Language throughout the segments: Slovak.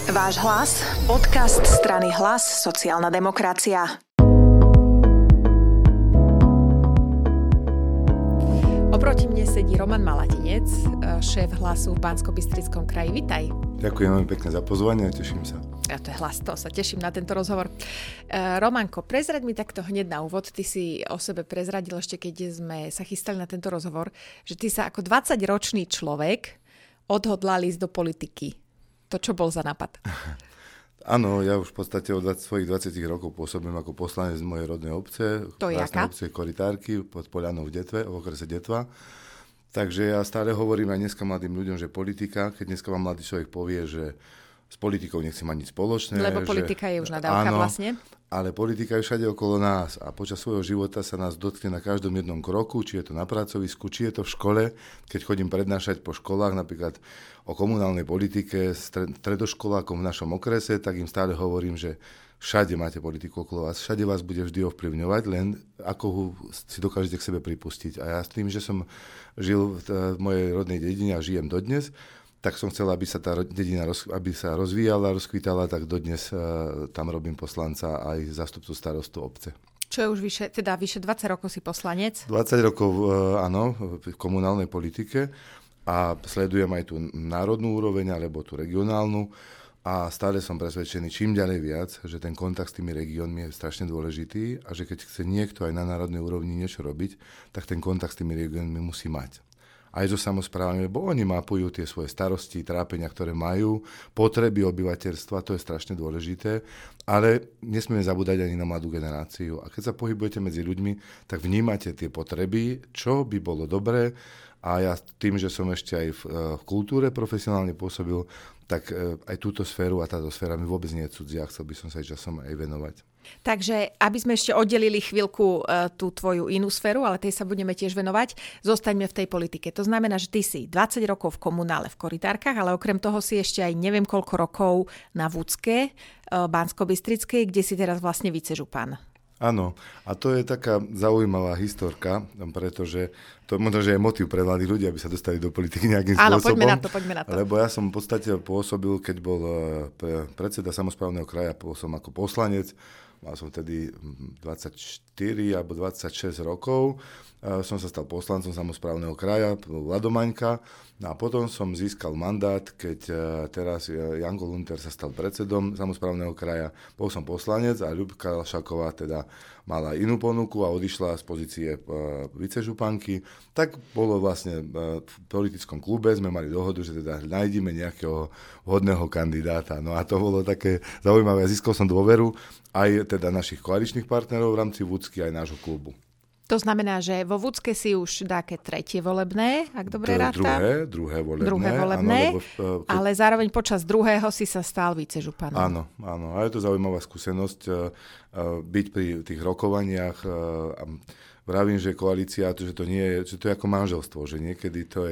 Váš hlas, podcast strany Hlas, sociálna demokracia. Oproti mne sedí Roman Malatinec, šéf Hlasu v Banskobystrickom kraji. Vitaj. Ďakujem veľmi pekne za pozvanie a teším sa. Ja to je Hlas, to sa teším na tento rozhovor. Romanko, prezraď mi takto hneď na úvod. Ty si o sebe prezradil ešte, keď sme sa chystali na tento rozhovor, že ty sa ako 20-ročný človek odhodlal ísť do politiky. To čo bol za nápad? Áno, ja už v podstate od svojich 20 rokov pôsobím ako poslanec z mojej rodnej obce. To je aká? Obce Korytárky pod Polianou v Detve, v okrese Detva. Takže ja stále hovorím aj dneska mladým ľuďom, že politika, keď dneska vám mladý človek povie, že s politikou nechce mať nič spoločné. Lebo politika je už nadávka vlastne. Ale politika je všade okolo nás a počas svojho života sa nás dotkne na každom jednom kroku, či je to na pracovisku, či je to v škole. Keď chodím prednášať po školách, napríklad o komunálnej politike stredoškolákom v našom okrese, tak im stále hovorím, že všade máte politiku okolo vás, všade vás bude vždy ovplyvňovať, len ako si dokážete k sebe pripustiť. A ja s tým, že som žil v mojej rodnej dedine a žijem dodnes, tak som chcel, aby sa tá dedina aby sa rozvíjala, rozkvitala, tak dodnes tam robím poslanca aj zástupcu starostu obce. Čo je už vyše 20 rokov si poslanec? 20 rokov, áno, v komunálnej politike a sledujem aj tú národnú úroveň alebo tú regionálnu a stále som presvedčený čím ďalej viac, že ten kontakt s tými regiónmi je strašne dôležitý a že keď chce niekto aj na národnej úrovni niečo robiť, tak ten kontakt s tými regiónmi musí mať. Aj so samosprávami, lebo oni mapujú tie svoje starosti, trápenia, ktoré majú, potreby obyvateľstva, to je strašne dôležité, ale nesmieme zabúdať ani na mladú generáciu. A keď sa pohybujete medzi ľuďmi, tak vnímate tie potreby, čo by bolo dobré. A ja tým, že som ešte aj v kultúre profesionálne pôsobil, tak aj túto sféru a táto sféra mi vôbec nie je cudzia, chcel by som sa aj časom aj venovať. Takže, aby sme ešte oddelili chvíľku tú tvoju inú sféru, ale tej sa budeme tiež venovať, zostaňme v tej politike. To znamená, že ty si 20 rokov v komunále v Korytárkach, ale okrem toho si ešte aj neviem koľko rokov na Vúcke, Banskobystrickej, kde si teraz vlastne vicežupan. Áno, a to je taká zaujímavá historka, pretože to možno, že je motív pre mladých ľudí, aby sa dostali do politiky nejakým spôsobom. Áno, poďme na to. Lebo ja som v podstate pôsobil, keď bol predseda samosprávneho kraja, som ako poslanec, mal som vtedy 24 alebo 26 rokov, som sa stal poslancom samosprávneho kraja, Vladomaňka, a potom som získal mandát, keď teraz Janko Lunter sa stal predsedom samosprávneho kraja. Bol som poslanec a Ľubka Šaková teda mala inú ponuku a odišla z pozície vicežupanky. Tak bolo vlastne v politickom klube, sme mali dohodu, že teda nájdeme nejakého vhodného kandidáta. No a to bolo také zaujímavé. Získal som dôveru aj teda našich koaličných partnerov v rámci Vúcky aj nášho klubu. To znamená, že vo Vúcke si už dáke tretie volebné, ak dobre rátam. Druhé volebné, áno, ale zároveň počas druhého si sa stal vicežupanom. Áno. A je to zaujímavá skúsenosť byť pri tých rokovaniach. Vravím, že koalícia, že to nie je, že to je ako manželstvo, že niekedy to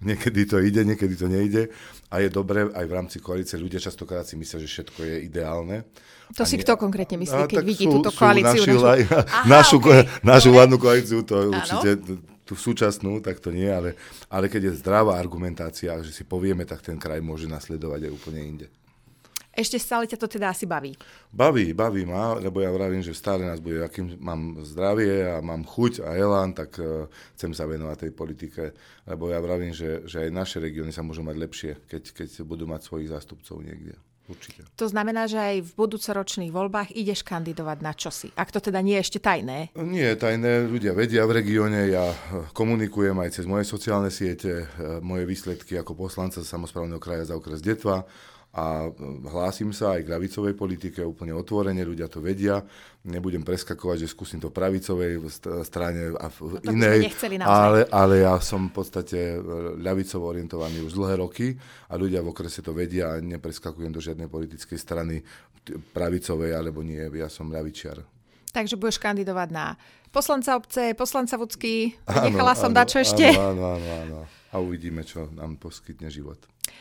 ide, niekedy to nejde. A je dobré, aj v rámci koalície ľudia častokrát si myslia, že všetko je ideálne. To si kto konkrétne myslí, keď vidí túto koalíciu? Našu vládnu koalíciu, to určite tú súčasnú, tak to nie, ale keď je zdravá argumentácia, že si povieme, tak ten kraj môže nasledovať aj úplne inde. Ešte stále ťa to teda asi baví? Baví ma, lebo ja vravím, že stále nás bude, akým mám zdravie a mám chuť a elán, tak chcem sa venovať tej politike, lebo ja vravím, že aj naše regióny sa môžu mať lepšie, keď budú mať svojich zástupcov niekde. Určite. To znamená, že aj v budúcoročných voľbách ideš kandidovať na čosi? Ak to teda nie je ešte tajné? Nie je tajné, ľudia vedia v regióne, ja komunikujem aj cez moje sociálne siete, moje výsledky ako poslanca samosprávneho kraja za okres Detva, a hlásim sa aj k ľavicovej politike úplne otvorene, ľudia to vedia. Nebudem preskakovať, že skúsim to pravicovej strane a v inej, ale ja som v podstate ľavicovo orientovaný už dlhé roky a ľudia v okrese to vedia a nepreskakujem do žiadnej politickej strany pravicovej alebo nie, ja som ľavičiar. Takže budeš kandidovať na poslanca obce, poslanca Vúcky, nechala som dať čo ešte? Áno. A uvidíme, čo nám poskytne život.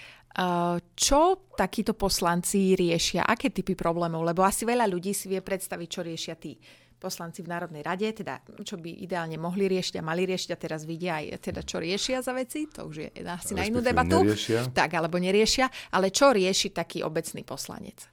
Čo takíto poslanci riešia? Aké typy problémov? Lebo asi veľa ľudí si vie predstaviť, čo riešia tí poslanci v Národnej rade, teda čo by ideálne mohli riešiť a mali riešiť a teraz vidia aj teda čo riešia za veci, to už je asi na inú debatu. Neriešia. Tak, alebo neriešia, ale čo rieši taký obecný poslanec?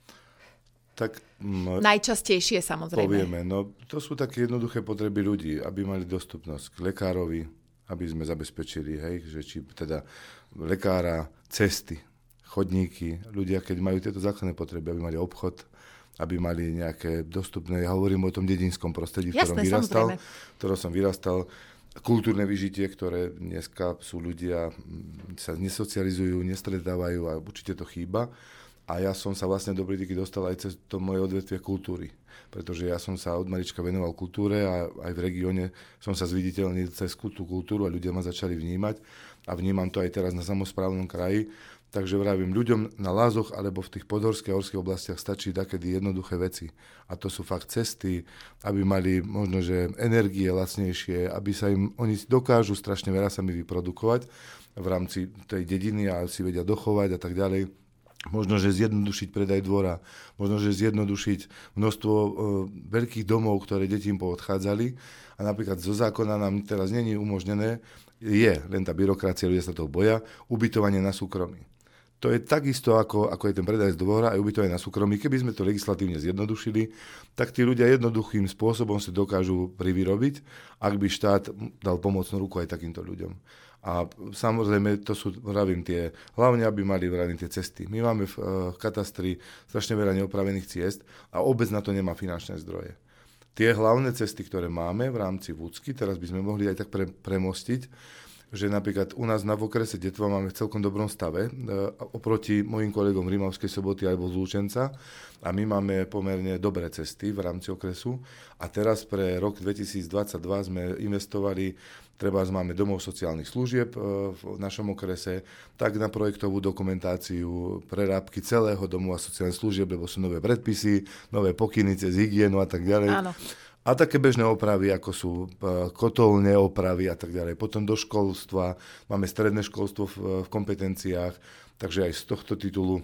Tak, najčastejšie samozrejme. Povieme, no to sú také jednoduché potreby ľudí, aby mali dostupnosť k lekárovi, aby sme zabezpečili, že či teda lekára, cesty, chodníky, ľudia, keď majú tieto základné potreby, aby mali obchod, aby mali nejaké dostupné, ja hovorím o tom dedinskom prostredí, v ktorom som vyrastal, kultúrne vyžitie, ktoré dneska sú ľudia, sa nesocializujú, nestretávajú a určite to chýba. A ja som sa vlastne do politiky dostal aj cez to moje odvetvie kultúry, pretože ja som sa od malička venoval kultúre a aj v regióne som sa zviditeľnil cez tú kultúru a ľudia ma začali vnímať a vnímam to aj teraz na samosprávnom kraji. Takže vravím, ľuďom na Lázoch alebo v tých podhorských a horských oblastiach stačí takedy jednoduché veci. A to sú fakt cesty, aby mali možno, že energie lacnejšie, aby sa im, oni dokážu strašne veľa sami vyprodukovať v rámci tej dediny a si vedia dochovať a tak ďalej. Možno, že zjednodušiť predaj dvora, možno, že zjednodušiť množstvo veľkých domov, ktoré deti im poodchádzali. A napríklad zo zákona nám teraz nie je umožnené, je len tá byrokracia, ľudia sa toho boja, ubytovanie na súkromí. To je takisto, ako je ten predaj z dvora aj ubytovanie na súkromí. Keby sme to legislatívne zjednodušili, tak tí ľudia jednoduchým spôsobom si dokážu privyrobiť, ak by štát dal pomocnú ruku aj takýmto ľuďom. A samozrejme, to sú, vravím, tie, hlavne aby mali vravím tie cesty. My máme v katastri strašne veľa neopravených ciest a obec na to nemá finančné zdroje. Tie hlavné cesty, ktoré máme v rámci Vúcky, teraz by sme mohli aj tak premostiť, že napríklad u nás na okrese Detva máme v celkom dobrom stave oproti mojim kolegom v Rimavskej Soboty alebo z Lučenca a my máme pomerne dobré cesty v rámci okresu a teraz pre rok 2022 sme investovali, máme domov sociálnych služieb v našom okrese, tak na projektovú dokumentáciu, prerábky celého domova sociálnych služieb, lebo sú nové predpisy, nové pokyny cez hygienu a tak ďalej. Áno. A také bežné opravy, ako sú kotolné opravy a tak ďalej. Potom do školstva, máme stredné školstvo v kompetenciách, takže aj z tohto titulu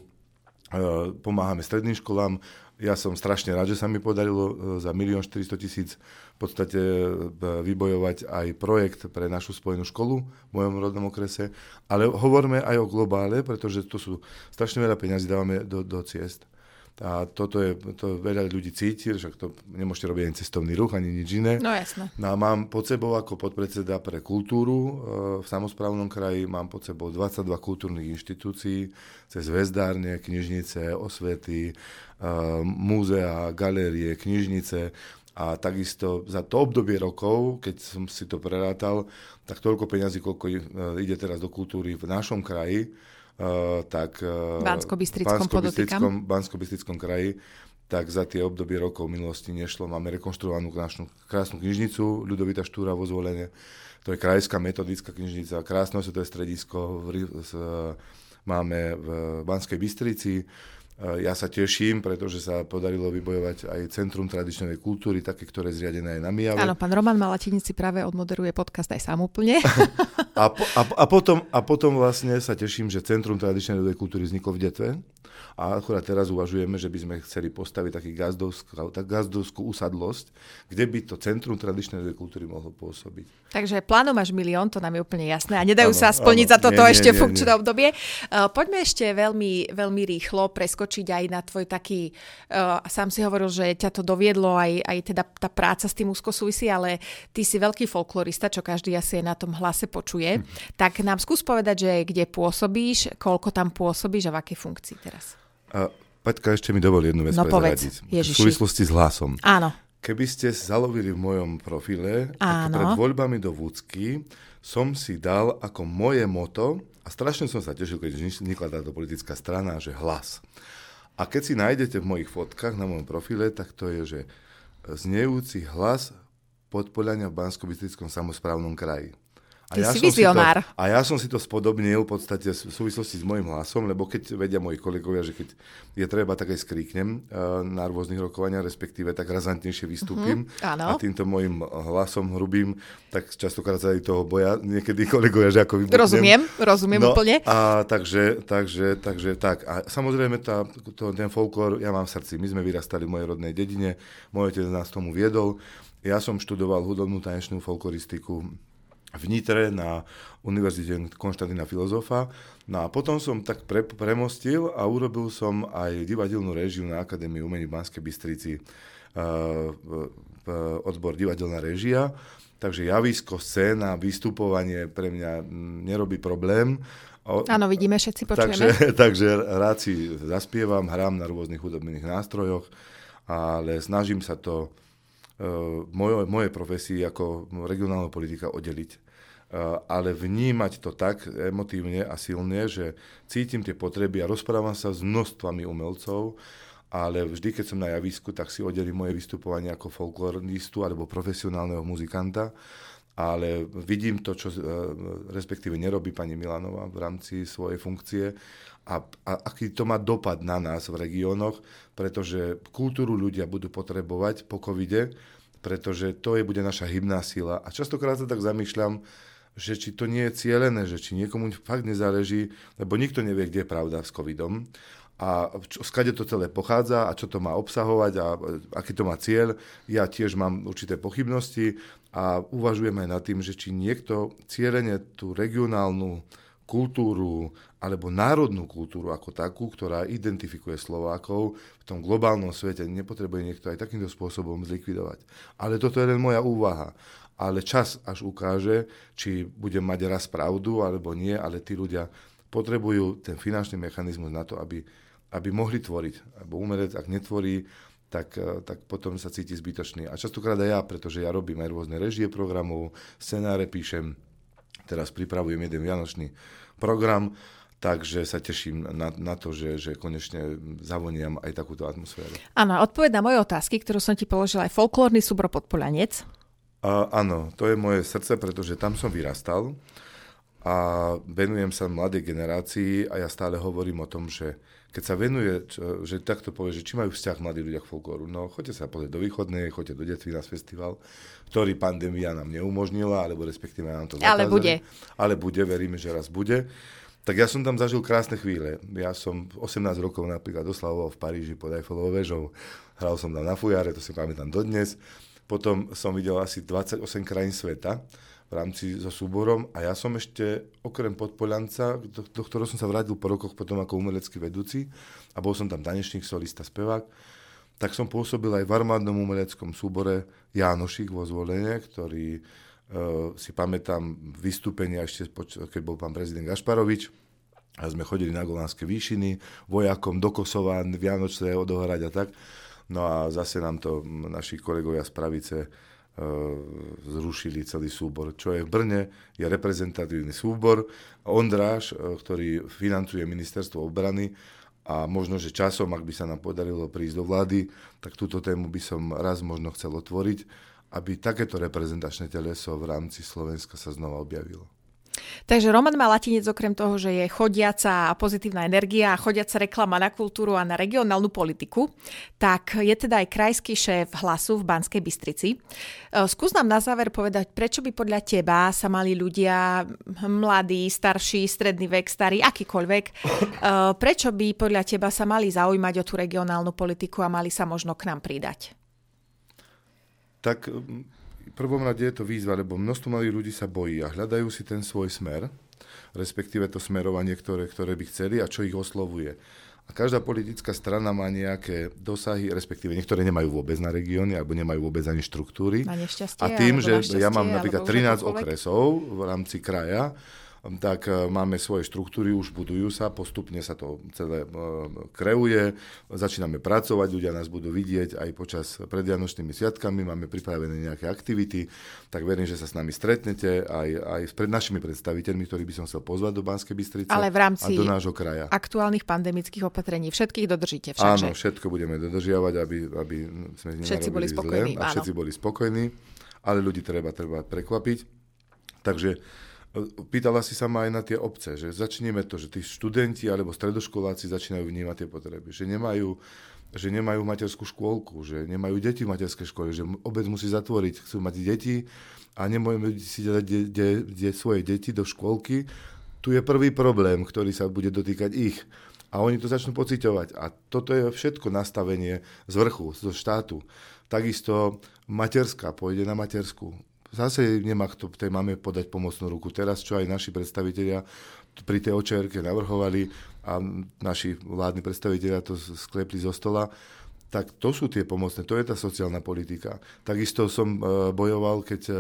pomáhame stredným školám. Ja som strašne rád, že sa mi podarilo za 1 400 000 v podstate vybojovať aj projekt pre našu spojenú školu v mojom rodnom okrese. Ale hovoríme aj o globále, pretože to sú strašne veľa peňazí dávame do ciest. A to veľa ľudí cíti, však to nemôžete robiť ani cestovný ruch, ani nič iné. No jasné. No a mám pod sebou ako podpredseda pre kultúru v samosprávnom kraji, mám pod sebou 22 kultúrnych inštitúcií, cez väzdárne, knižnice, osvety, múzea, galérie, knižnice. A takisto za to obdobie rokov, keď som si to prerátal, tak toľko peňazí, koľko ide teraz do kultúry v našom kraji, tak Banskobystrickom kraji, tak za tie obdobie rokov minulosti nešlo. Máme rekonštruovanú našu krásnu knižnicu Ľudovita Štúra vo Zvolene. To je krajská metodická knižnica, krásne osvetové stredisko máme v Banskej Bystrici. Ja sa teším, pretože sa podarilo vybojovať aj Centrum tradičnej kultúry, také, ktoré je zriadené aj na Mijave. Áno, pán Roman Malatínic si práve odmoderuje podcast aj sám úplne. A potom vlastne sa teším, že Centrum tradičnej ľudovej kultúry vzniklo v Detve. A akurát teraz uvažujeme, že by sme chceli postaviť takú gazdovskú usadlosť, kde by to Centrum tradičnej ľudovej kultúry mohlo pôsobiť. Takže plánom máš 1 000 000, to nám je úplne jasné a nedajú sa splniť za toto ešte funkčné obdobie. Poďme ešte veľmi, veľmi rýchlo preskočiť aj na tvoj taký, sám si hovoril, že ťa to doviedlo, aj teda tá práca s tým úzko súvisí, ale ty si veľký folklorista, čo každý asi na tom hlase počuje. Tak nám skús povedať, že kde pôsobíš, koľko tam pôsobíš a v akej funkcii teraz? Paťka, ešte mi dovol jednu vec prezradiť. V súvislosti s hlasom. Áno. Keby ste zalovili v mojom profile, tak pred voľbami do Vúcky som si dal ako moje moto, a strašne som sa tešil, keď vznikla táto politická strana, že hlas. A keď si nájdete v mojich fotkách na mojom profile, tak to je, že znejúci hlas podpoľania v Banskobystrickom samosprávnom kraji. Ty si vizionár. A ja som si to spodobnil v podstate v súvislosti s mojím hlasom, lebo keď vedia moji kolegovia, že keď je treba, tak aj skríknem na rôznych rokovaniach, respektíve tak razantnejšie vystúpim. A týmto mojim hlasom hrubým, tak častokrát sa aj toho boja niekedy kolegovia, že ako vybuchnem. Rozumiem úplne. A takže tak. A samozrejme ten folklór ja mám v srdci. My sme vyrastali v mojej rodnej dedine, môj otec nás tomu viedol. Ja som študoval hudobnú tanečnú folkloristiku v Nitre na Univerzite Konštantína Filozofa. No a potom som tak premostil a urobil som aj divadelnú réžiu na Akadémii umení v Banskej Bystrici, odbor divadelná réžia. Takže javisko, scéna, vystupovanie pre mňa nerobí problém. Áno, vidíme, všetci počujeme. Takže rád si zaspievam, hrám na rôznych hudobných nástrojoch, ale snažím sa to mojej profesii ako regionálna politika oddeliť. Ale vnímať to tak emotívne a silne, že cítim tie potreby a rozprávam sa s množstvami umelcov, ale vždy, keď som na javisku, tak si oddelím moje vystupovanie ako folkloristu alebo profesionálneho muzikanta, ale vidím to, čo respektíve nerobí pani Milanová v rámci svojej funkcie a aký to má dopad na nás v regiónoch, pretože kultúru ľudia budú potrebovať po covide, pretože to bude naša hybná sila. A častokrát sa tak zamýšľam, že či to nie je cielené, že či niekomu fakt nezáleží, lebo nikto nevie, kde je pravda s covidom a skade to celé pochádza a čo to má obsahovať a aký to má cieľ. Ja tiež mám určité pochybnosti a uvažujem aj nad tým, že či niekto cielene tú regionálnu kultúru alebo národnú kultúru ako takú, ktorá identifikuje Slovákov v tom globálnom svete, nepotrebuje niekto aj takýmto spôsobom zlikvidovať. Ale toto je len moja úvaha. Ale čas až ukáže, či budem mať raz pravdu, alebo nie, ale tí ľudia potrebujú ten finančný mechanizmus na to, aby mohli tvoriť. Lebo umelec, ak netvorí, tak potom sa cíti zbytočný. A častokrát aj ja, pretože ja robím aj rôzne režie programov, scenáre píšem, teraz pripravujem jeden vianočný program, takže sa teším na to, že konečne zavoniam aj takúto atmosféru. Áno, odpoveď na moje otázky, ktorú som ti položila, aj folklórny súbor Podpoľanec. Áno, to je moje srdce, pretože tam som vyrastal a venujem sa mladej generácii a ja stále hovorím o tom, že keď sa venuje, že takto povie, že či majú vzťah mladí ľudia k folklóru, no choďte sa pozrieť do Východnej, choďte do Detvínas festival, ktorý pandémia nám neumožnila, alebo respektíve nám to zakázali. Ale bude, veríme, že raz bude. Tak ja som tam zažil krásne chvíle. Ja som 18 rokov napríklad oslavoval v Paríži pod Eiffelovou väžou, hral som tam na fujare, to si pamätám dodnes. Potom som videl asi 28 krajín sveta v rámci so súborom a ja som ešte okrem Podpoľanca, do ktorého som sa vrátil po rokoch potom ako umelecký vedúci a bol som tam tanečník, solista, spevák, tak som pôsobil aj v armádnom umeleckom súbore Jánošík vo Zvolenie, ktorý si pamätám vystúpenia ešte, keď bol pán prezident Gašparovič a sme chodili na Golánske výšiny, vojakom do Kosova, Vianočné odohrať a tak. No a zase nám to naši kolegovia z pravice zrušili celý súbor. Čo je v Brne, je reprezentatívny súbor. Ondráš, ktorý financuje ministerstvo obrany a možno, že časom, ak by sa nám podarilo prísť do vlády, tak túto tému by som raz možno chcel otvoriť, aby takéto reprezentačné teleso v rámci Slovenska sa znova objavilo. Takže Roman má Latinec okrem toho, že je chodiaca pozitívna energia a chodiaca reklama na kultúru a na regionálnu politiku, tak je teda aj krajský šéf Hlasu v Banskej Bystrici. Skús nám na záver povedať, prečo by podľa teba sa mali ľudia, mladí, starší, stredný vek, starý, akýkoľvek, prečo by podľa teba sa mali zaujímať o tú regionálnu politiku a mali sa možno k nám pridať? Tak v prvom rade je to výzva, lebo množstvo mladých ľudí sa bojí a hľadajú si ten svoj smer, respektíve to smerovanie, ktoré by chceli a čo ich oslovuje. A každá politická strana má nejaké dosahy, respektíve niektoré nemajú vôbec na regióne, alebo nemajú vôbec ani štruktúry. A tým, že ja mám napríklad 13 okresov v rámci kraja, tak máme svoje štruktúry, už budujú sa, postupne sa to celé kreuje, začíname pracovať, ľudia nás budú vidieť aj počas predvianočnými sviatkami, máme pripravené nejaké aktivity, tak verím, že sa s nami stretnete aj s našimi predstaviteľmi, ktorých by som chcel pozvať do Banskej Bystrice a do nášho kraja. Aktuálnych pandemických opatrení všetkých dodržíte všakže? Áno, všetko budeme dodržiavať, aby sme všetci boli spokojní, a všetci boli spokojní, ale ľudí treba prekvapiť. Takže Pýtala si sa ma aj na tie obce, že začneme to, že tí študenti alebo stredoškoláci začínajú vnímať tie potreby, že nemajú materskú škôlku, že nemajú deti v materskej škole, že obec musí zatvoriť, chcú mať deti a nemôžeme si dať svoje deti do škôlky. Tu je prvý problém, ktorý sa bude dotýkať ich. A oni to začnú pociťovať. A toto je všetko nastavenie z vrchu, zo štátu. Takisto materská pôjde na matersku. Zase nemá kto tej mame podať pomocnú ruku. Teraz, čo aj naši predstavitelia pri tej očerke navrhovali a naši vládni predstavitelia to sklepli zo stola, tak to sú tie pomocné, to je tá sociálna politika. Takisto som bojoval, keď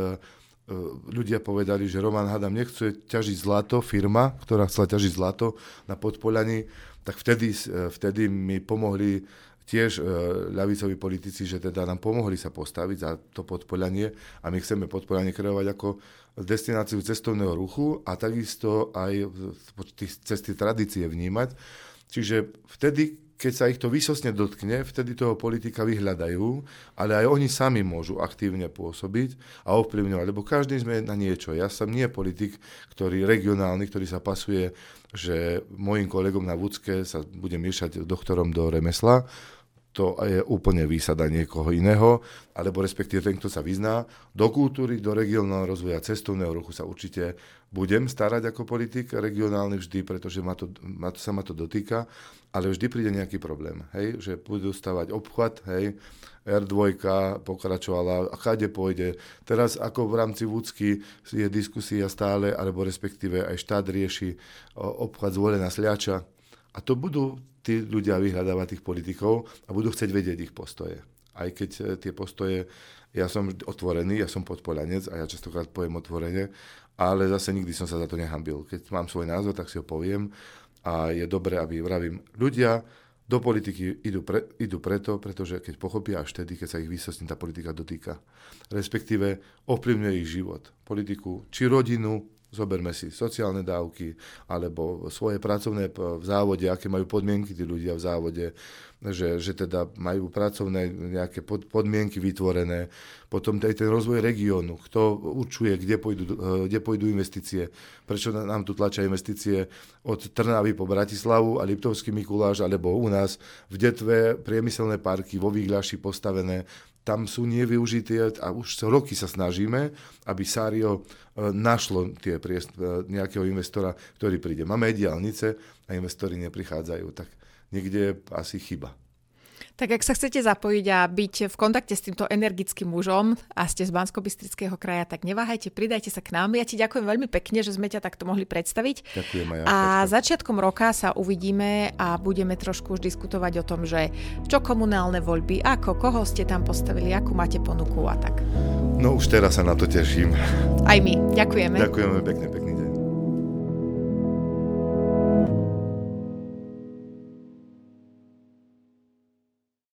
ľudia povedali, že Roman Hadam nechce ťažiť zlato, firma, ktorá chcela ťažiť zlato na Podpoľaní, tak vtedy mi pomohli tiež ľavicoví politici, že teda nám pomohli sa postaviť za to Podpoľanie a my chceme Podpoľanie kreovať ako destináciu cestovného ruchu a takisto aj cez tie tradície vnímať. Čiže vtedy, keď sa ich to výsostne dotkne, vtedy toho politika vyhľadajú, ale aj oni sami môžu aktívne pôsobiť a ovplyvňovať, lebo každý sme na niečo. Ja som nie politik, regionálny, ktorý sa pasuje, že mojim kolegom na Vúcke sa bude miešať doktorom do remesla. To je úplne výsada niekoho iného, alebo respektíve ten, kto sa vyzná. Do kultúry, do regionálneho rozvoja cestovného ruchu sa určite budem starať ako politik regionálny vždy, pretože sa ma to dotýka, ale vždy príde nejaký problém, hej, že budú stavať obchvat, hej, R2 pokračovala a kade pôjde. Teraz ako v rámci Vúcky je diskusia stále, alebo respektíve aj štát rieši obchvat Zvolená Sliača a to budú tí ľudia vyhľadávať tých politikov a budú chcieť vedieť ich postoje. Aj keď tie postoje, ja som otvorený, ja som podpoľanec a ja častokrát poviem otvorene, ale zase nikdy som sa za to nehanbil. Keď mám svoj názor, tak si ho poviem a je dobré, aby vravím, ľudia do politiky idú pretože keď pochopia až vtedy, keď sa ich výsostne tá politika dotýka. Respektíve ovplyvňuje ich život, politiku, či rodinu, zoberme si sociálne dávky, alebo svoje pracovné v závode, aké majú podmienky tí ľudia v závode, že teda majú pracovné nejaké podmienky vytvorené. Potom ten rozvoj regiónu, kto určuje, kde pôjdu investície. Prečo nám tu tlačia investície od Trnavy po Bratislavu a Liptovský Mikuláš, alebo u nás v Detve priemyselné parky vo Výgľaši postavené. Tam sú nevyužité a už roky sa snažíme, aby Sário našlo nejakého investora, ktorý príde. Máme aj diaľnice a investori neprichádzajú, tak niekde je asi chyba. Tak ak sa chcete zapojiť a byť v kontakte s týmto energickým mužom a ste z Banskobystrického kraja, tak neváhajte, pridajte sa k nám. Ja ti ďakujem veľmi pekne, že sme ťa takto mohli predstaviť. Ďakujem aj ja. A začiatkom roka sa uvidíme a budeme trošku už diskutovať o tom, že čo komunálne voľby, koho ste tam postavili, akú máte ponuku a tak. No už teraz sa na to teším. Aj my. Ďakujeme. Ďakujeme pekne.